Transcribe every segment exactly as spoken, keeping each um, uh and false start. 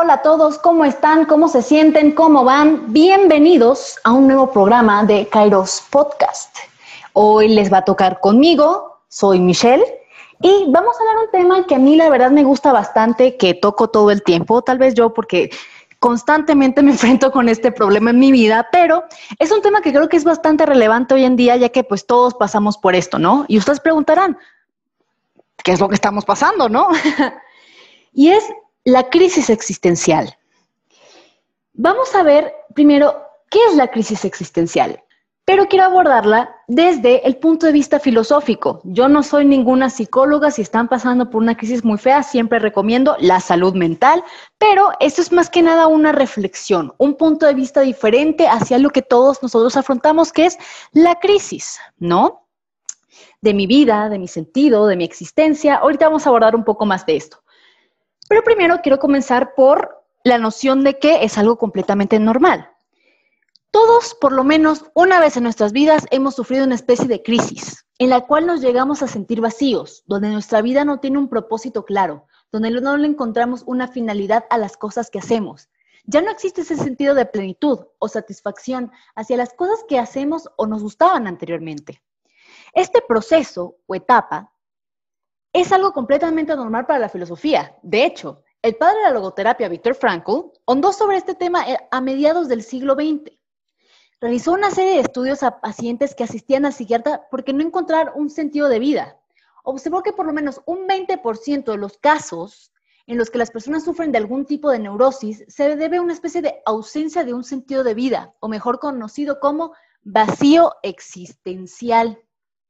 Hola a todos, ¿cómo están? ¿Cómo se sienten? ¿Cómo van? Bienvenidos a un nuevo programa de Kairos Podcast. Hoy les va a tocar conmigo, soy Michelle, y vamos a hablar un tema que a mí la verdad me gusta bastante, que toco todo el tiempo, tal vez yo porque constantemente me enfrento con este problema en mi vida, pero es un tema que creo que es bastante relevante hoy en día, ya que pues todos pasamos por esto, ¿no? Y ustedes preguntarán, ¿qué es lo que estamos pasando, no? Y es la crisis existencial. Vamos a ver primero qué es la crisis existencial, pero quiero abordarla desde el punto de vista filosófico. Yo no soy ninguna psicóloga, si están pasando por una crisis muy fea, siempre recomiendo la salud mental, pero esto es más que nada una reflexión, un punto de vista diferente hacia lo que todos nosotros afrontamos, que es la crisis, ¿no? De mi vida, de mi sentido, de mi existencia. Ahorita vamos a abordar un poco más de esto. Pero primero quiero comenzar por la noción de que es algo completamente normal. Todos, por lo menos una vez en nuestras vidas, hemos sufrido una especie de crisis en la cual nos llegamos a sentir vacíos, donde nuestra vida no tiene un propósito claro, donde no le encontramos una finalidad a las cosas que hacemos. Ya no existe ese sentido de plenitud o satisfacción hacia las cosas que hacemos o nos gustaban anteriormente. Este proceso o etapa es algo completamente normal para la filosofía. De hecho, el padre de la logoterapia, Viktor Frankl, ahondó sobre este tema a mediados del siglo veinte. Realizó una serie de estudios a pacientes que asistían al psiquiatra porque no encontraron un sentido de vida. Observó que por lo menos un veinte por ciento de los casos en los que las personas sufren de algún tipo de neurosis se debe a una especie de ausencia de un sentido de vida, o mejor conocido como vacío existencial.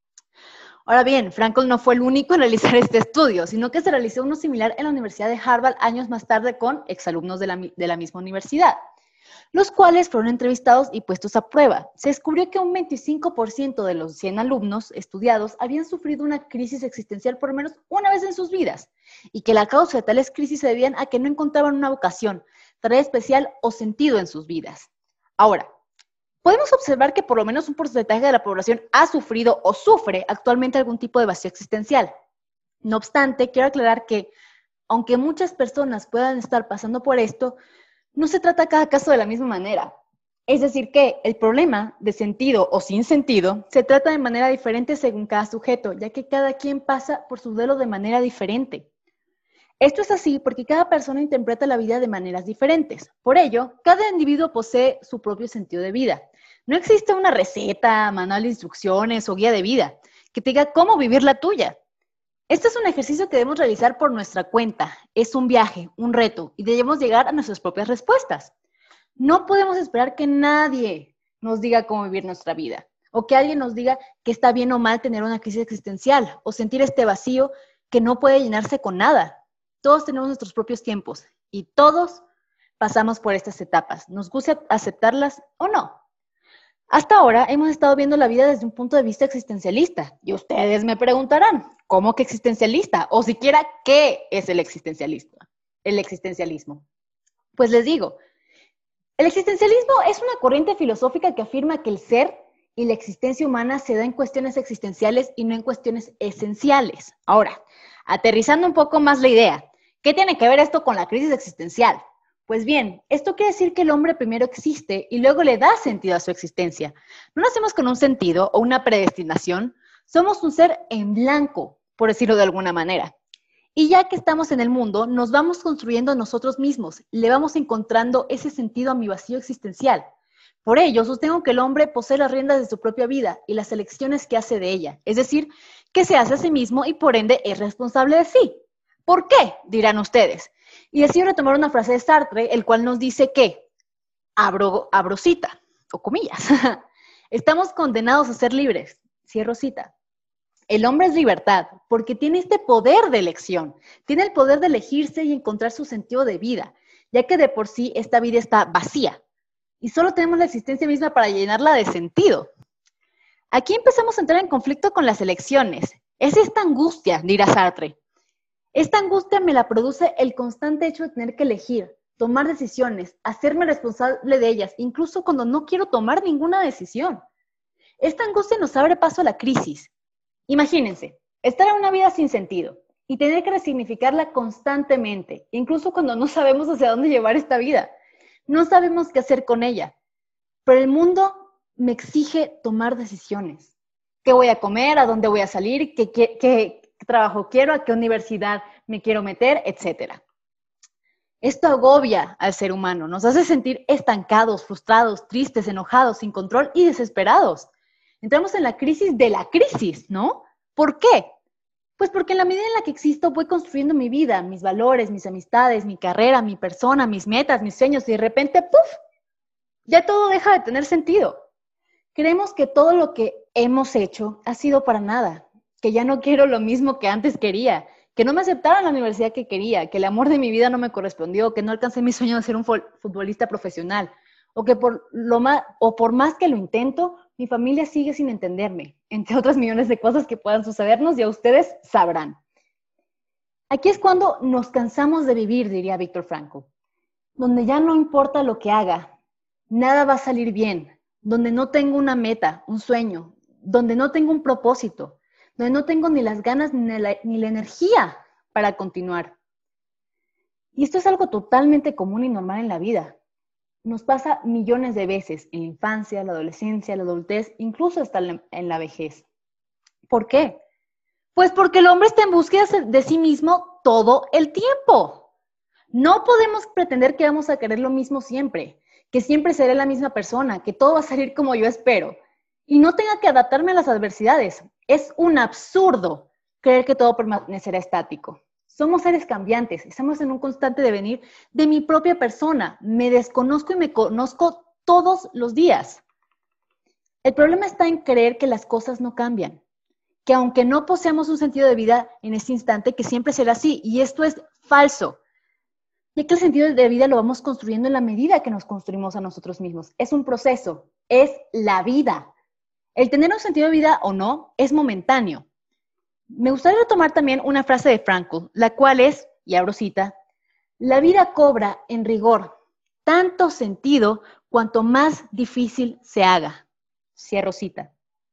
Ahora bien, Frankl no fue el único en realizar este estudio, sino que se realizó uno similar en la Universidad de Harvard años más tarde con exalumnos de la, de la misma universidad, los cuales fueron entrevistados y puestos a prueba. Se descubrió que un veinticinco por ciento de los cien alumnos estudiados habían sufrido una crisis existencial por lo menos una vez en sus vidas, y que la causa de tales crisis se debían a que no encontraban una vocación, tarea especial o sentido en sus vidas. Ahora, podemos observar que por lo menos un porcentaje de la población ha sufrido o sufre actualmente algún tipo de vacío existencial. No obstante, quiero aclarar que, aunque muchas personas puedan estar pasando por esto, no se trata cada caso de la misma manera. Es decir, que el problema de sentido o sin sentido se trata de manera diferente según cada sujeto, ya que cada quien pasa por su duelo de manera diferente. Esto es así porque cada persona interpreta la vida de maneras diferentes. Por ello, cada individuo posee su propio sentido de vida. No existe una receta, manual de instrucciones o guía de vida que te diga cómo vivir la tuya. Este es un ejercicio que debemos realizar por nuestra cuenta. Es un viaje, un reto, y debemos llegar a nuestras propias respuestas. No podemos esperar que nadie nos diga cómo vivir nuestra vida, o que alguien nos diga que está bien o mal tener una crisis existencial, o sentir este vacío que no puede llenarse con nada. Todos tenemos nuestros propios tiempos, y todos pasamos por estas etapas. ¿Nos gusta aceptarlas o no? Hasta ahora hemos estado viendo la vida desde un punto de vista existencialista, y ustedes me preguntarán, ¿cómo que existencialista? O siquiera, ¿qué es el existencialismo? El existencialismo. Pues les digo, el existencialismo es una corriente filosófica que afirma que el ser y la existencia humana se da en cuestiones existenciales y no en cuestiones esenciales. Ahora, aterrizando un poco más la idea, ¿qué tiene que ver esto con la crisis existencial? Pues bien, esto quiere decir que el hombre primero existe y luego le da sentido a su existencia. No nacemos con un sentido o una predestinación, somos un ser en blanco, por decirlo de alguna manera. Y ya que estamos en el mundo, nos vamos construyendo nosotros mismos, le vamos encontrando ese sentido a mi vacío existencial. Por ello, sostengo que el hombre posee las riendas de su propia vida y las elecciones que hace de ella, es decir, que se hace a sí mismo y por ende es responsable de sí. ¿Por qué? Dirán ustedes. Y decido retomar una frase de Sartre, el cual nos dice que, abro, abro cita, o comillas, estamos condenados a ser libres, cierro cita. El hombre es libertad porque tiene este poder de elección, tiene el poder de elegirse y encontrar su sentido de vida, ya que de por sí esta vida está vacía y solo tenemos la existencia misma para llenarla de sentido. Aquí empezamos a entrar en conflicto con las elecciones. Es esta angustia, dirá Sartre. Esta angustia me la produce el constante hecho de tener que elegir, tomar decisiones, hacerme responsable de ellas, incluso cuando no quiero tomar ninguna decisión. Esta angustia nos abre paso a la crisis. Imagínense, estar en una vida sin sentido y tener que resignificarla constantemente, incluso cuando no sabemos hacia dónde llevar esta vida. No sabemos qué hacer con ella, pero el mundo me exige tomar decisiones. ¿Qué voy a comer? ¿A dónde voy a salir? ¿Qué, qué, qué trabajo quiero? ¿A qué universidad me quiero meter? Etcétera. Esto agobia al ser humano, nos hace sentir estancados, frustrados, tristes, enojados, sin control y desesperados. Entramos en la crisis de la crisis, ¿no? ¿Por qué? Pues porque en la medida en la que existo voy construyendo mi vida, mis valores, mis amistades, mi carrera, mi persona, mis metas, mis sueños y de repente, ¡puf!, ya todo deja de tener sentido. Creemos que todo lo que hemos hecho ha sido para nada, que ya no quiero lo mismo que antes quería, que no me aceptaron en la universidad que quería, que el amor de mi vida no me correspondió, que no alcancé mi sueño de ser un futbolista profesional, o que por, lo más, o por más que lo intento, mi familia sigue sin entenderme, entre otras millones de cosas que puedan sucedernos, ya ustedes sabrán. Aquí es cuando nos cansamos de vivir, diría Víctor Frankl, donde ya no importa lo que haga, nada va a salir bien, donde no tengo una meta, un sueño, donde no tengo un propósito, donde no tengo ni las ganas ni la, ni la energía para continuar. Y esto es algo totalmente común y normal en la vida. Nos pasa millones de veces en la infancia, la adolescencia, la adultez, incluso hasta en la vejez. ¿Por qué? Pues porque el hombre está en búsqueda de sí mismo todo el tiempo. No podemos pretender que vamos a querer lo mismo siempre, que siempre seré la misma persona, que todo va a salir como yo espero y no tenga que adaptarme a las adversidades. Es un absurdo creer que todo permanecerá estático. Somos seres cambiantes, estamos en un constante devenir de mi propia persona. Me desconozco y me conozco todos los días. El problema está en creer que las cosas no cambian, que aunque no poseamos un sentido de vida en este instante, que siempre será así, y esto es falso. Ya que el sentido de vida lo vamos construyendo en la medida que nos construimos a nosotros mismos. Es un proceso, es la vida. El tener un sentido de vida o no es momentáneo. Me gustaría retomar también una frase de Frankl, la cual es, y abro cita, la vida cobra en rigor tanto sentido cuanto más difícil se haga. Cierro cita.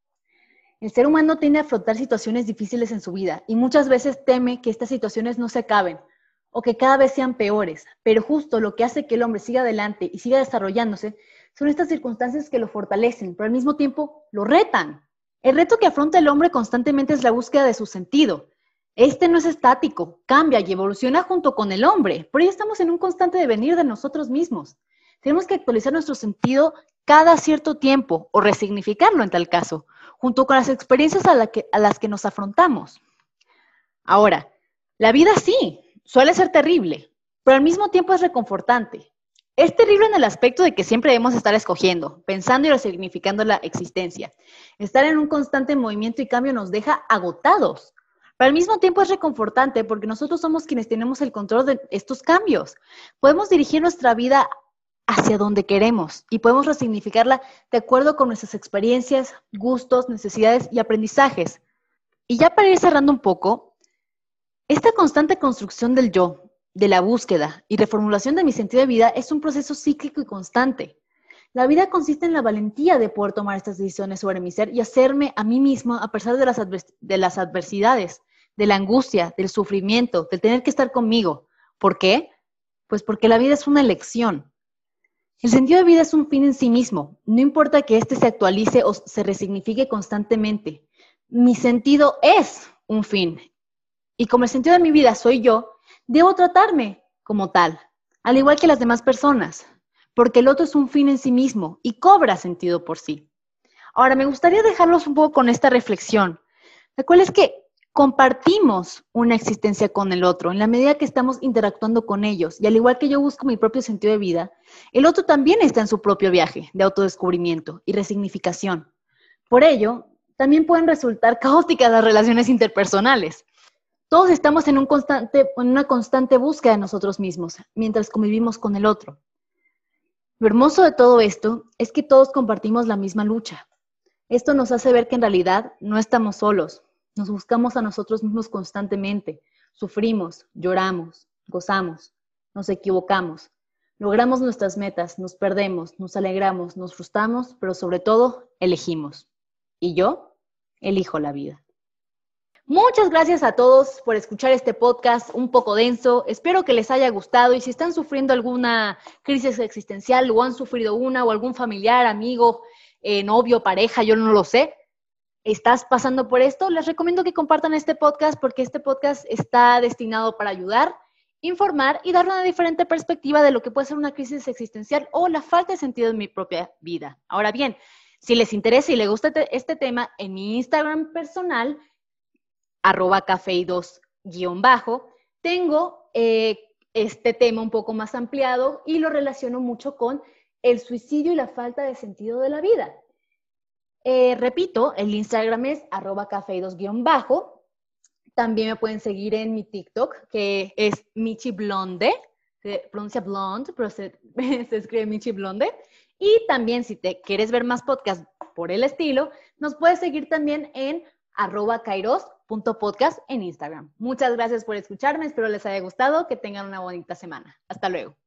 El ser humano tiende a afrontar situaciones difíciles en su vida y muchas veces teme que estas situaciones no se acaben o que cada vez sean peores, pero justo lo que hace que el hombre siga adelante y siga desarrollándose son estas circunstancias que lo fortalecen, pero al mismo tiempo lo retan. El reto que afronta el hombre constantemente es la búsqueda de su sentido. Este no es estático, cambia y evoluciona junto con el hombre, por ello estamos en un constante devenir de nosotros mismos. Tenemos que actualizar nuestro sentido cada cierto tiempo o resignificarlo en tal caso, junto con las experiencias a, la que, a las que nos afrontamos. Ahora, la vida sí, suele ser terrible, pero al mismo tiempo es reconfortante. Es terrible en el aspecto de que siempre debemos estar escogiendo, pensando y resignificando la existencia. Estar en un constante movimiento y cambio nos deja agotados, pero al mismo tiempo es reconfortante porque nosotros somos quienes tenemos el control de estos cambios. Podemos dirigir nuestra vida hacia donde queremos y podemos resignificarla de acuerdo con nuestras experiencias, gustos, necesidades y aprendizajes. Y ya para ir cerrando un poco, esta constante construcción del yo, de la búsqueda y reformulación de mi sentido de vida es un proceso cíclico y constante. La vida consiste en la valentía de poder tomar estas decisiones sobre mi ser y hacerme a mí mismo a pesar de las, advers- de las adversidades, de la angustia, del sufrimiento, del tener que estar conmigo. ¿Por qué? Pues porque la vida es una elección. El sentido de vida es un fin en sí mismo. No importa que éste se actualice o se resignifique constantemente. Mi sentido es un fin. Y como el sentido de mi vida soy yo, debo tratarme como tal, al igual que las demás personas, porque el otro es un fin en sí mismo y cobra sentido por sí. Ahora, me gustaría dejarlos un poco con esta reflexión, la cual es que compartimos una existencia con el otro en la medida que estamos interactuando con ellos, y al igual que yo busco mi propio sentido de vida, el otro también está en su propio viaje de autodescubrimiento y resignificación. Por ello, también pueden resultar caóticas las relaciones interpersonales. Todos estamos en, un constante, en una constante búsqueda de nosotros mismos, mientras convivimos con el otro. Lo hermoso de todo esto es que todos compartimos la misma lucha. Esto nos hace ver que en realidad no estamos solos. Nos buscamos a nosotros mismos constantemente. Sufrimos, lloramos, gozamos, nos equivocamos. Logramos nuestras metas, nos perdemos, nos alegramos, nos frustramos, pero sobre todo, elegimos. Y yo elijo la vida. Muchas gracias a todos por escuchar este podcast un poco denso. Espero que les haya gustado y si están sufriendo alguna crisis existencial o han sufrido una o algún familiar, amigo, eh, novio, pareja, yo no lo sé, estás pasando por esto, les recomiendo que compartan este podcast porque este podcast está destinado para ayudar, informar y dar una diferente perspectiva de lo que puede ser una crisis existencial o la falta de sentido en mi propia vida. Ahora bien, si les interesa y les gusta este tema, en mi Instagram personal, arroba café dos guión bajo, tengo eh, este tema un poco más ampliado y lo relaciono mucho con el suicidio y la falta de sentido de la vida. Eh, repito, el Instagram es arroba café dos guión bajo. También me pueden seguir en mi TikTok, que es Michi Blonde. Se pronuncia blonde, pero se, se escribe Michi Blonde. Y también, si te quieres ver más podcasts por el estilo, nos puedes seguir también en arroba kairos punto podcast en Instagram. Muchas gracias por escucharme. Espero les haya gustado. Que tengan una bonita semana. Hasta luego.